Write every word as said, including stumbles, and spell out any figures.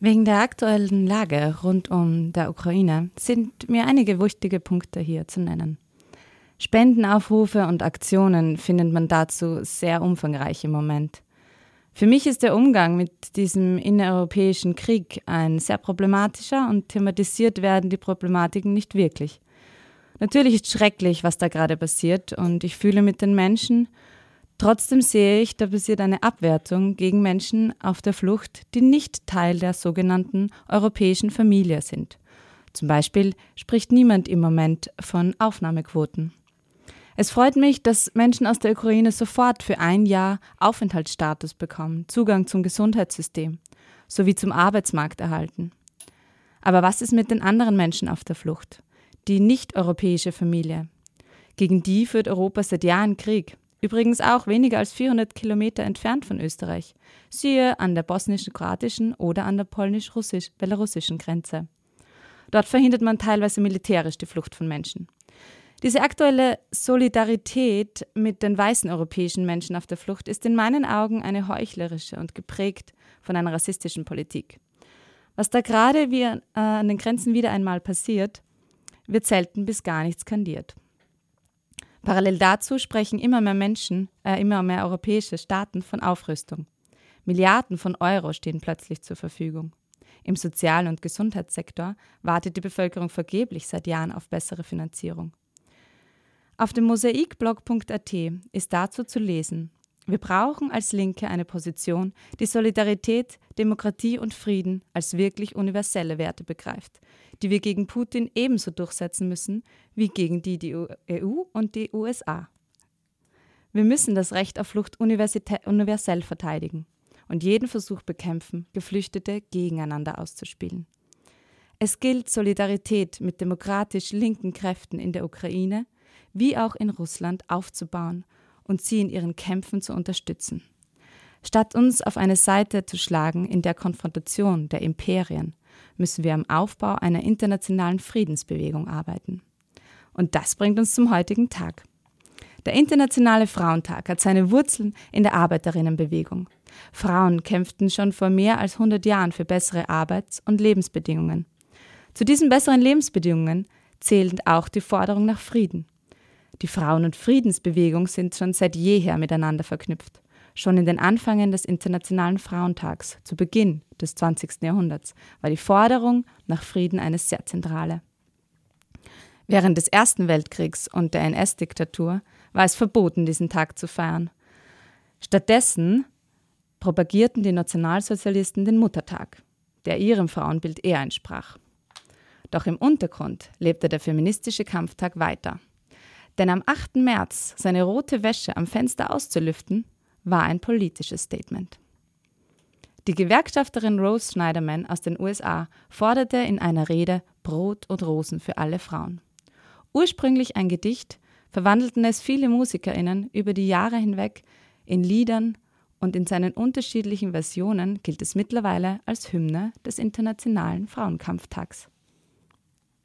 Wegen der aktuellen Lage rund um der Ukraine sind mir einige wichtige Punkte hier zu nennen. Spendenaufrufe und Aktionen findet man dazu sehr umfangreich im Moment. Für mich ist der Umgang mit diesem innereuropäischen Krieg ein sehr problematischer und thematisiert werden die Problematiken nicht wirklich. Natürlich ist schrecklich, was da gerade passiert und ich fühle mit den Menschen. Trotzdem sehe ich, da passiert eine Abwertung gegen Menschen auf der Flucht, die nicht Teil der sogenannten europäischen Familie sind. Zum Beispiel spricht niemand im Moment von Aufnahmequoten. Es freut mich, dass Menschen aus der Ukraine sofort für ein Jahr Aufenthaltsstatus bekommen, Zugang zum Gesundheitssystem sowie zum Arbeitsmarkt erhalten. Aber was ist mit den anderen Menschen auf der Flucht? Die nicht-europäische Familie. Gegen die führt Europa seit Jahren Krieg. Übrigens auch weniger als vierhundert Kilometer entfernt von Österreich. Siehe an der bosnisch-kroatischen oder an der polnisch-belarussischen Grenze. Dort verhindert man teilweise militärisch die Flucht von Menschen. Diese aktuelle Solidarität mit den weißen europäischen Menschen auf der Flucht ist in meinen Augen eine heuchlerische und geprägt von einer rassistischen Politik. Was da gerade wie, äh, an den Grenzen wieder einmal passiert, wird selten bis gar nicht skandiert. Parallel dazu sprechen immer mehr Menschen, äh, immer mehr europäische Staaten von Aufrüstung. Milliarden von Euro stehen plötzlich zur Verfügung. Im Sozial- und Gesundheitssektor wartet die Bevölkerung vergeblich seit Jahren auf bessere Finanzierung. Auf dem mosaikblog punkt a t ist dazu zu lesen: Wir brauchen als Linke eine Position, die Solidarität, Demokratie und Frieden als wirklich universelle Werte begreift, die wir gegen Putin ebenso durchsetzen müssen wie gegen die, die E U und die U S A. Wir müssen das Recht auf Flucht universell verteidigen und jeden Versuch bekämpfen, Geflüchtete gegeneinander auszuspielen. Es gilt, Solidarität mit demokratisch linken Kräften in der Ukraine wie auch in Russland aufzubauen und sie in ihren Kämpfen zu unterstützen. Statt uns auf eine Seite zu schlagen in der Konfrontation der Imperien, müssen wir am Aufbau einer internationalen Friedensbewegung arbeiten. Und das bringt uns zum heutigen Tag. Der Internationale Frauentag hat seine Wurzeln in der Arbeiterinnenbewegung. Frauen kämpften schon vor mehr als hundert Jahren für bessere Arbeits- und Lebensbedingungen. Zu diesen besseren Lebensbedingungen zählen auch die Forderung nach Frieden. Die Frauen- und Friedensbewegung sind schon seit jeher miteinander verknüpft. Schon in den Anfängen des Internationalen Frauentags, zu Beginn des zwanzigsten Jahrhunderts, war die Forderung nach Frieden eine sehr zentrale. Während des Ersten Weltkriegs und der N S-Diktatur war es verboten, diesen Tag zu feiern. Stattdessen propagierten die Nationalsozialisten den Muttertag, der ihrem Frauenbild eher entsprach. Doch im Untergrund lebte der feministische Kampftag weiter. Denn am achten März seine rote Wäsche am Fenster auszulüften, war ein politisches Statement. Die Gewerkschafterin Rose Schneiderman aus den U S A forderte in einer Rede Brot und Rosen für alle Frauen. Ursprünglich ein Gedicht, verwandelten es viele MusikerInnen über die Jahre hinweg in Liedern und in seinen unterschiedlichen Versionen gilt es mittlerweile als Hymne des Internationalen Frauenkampftags.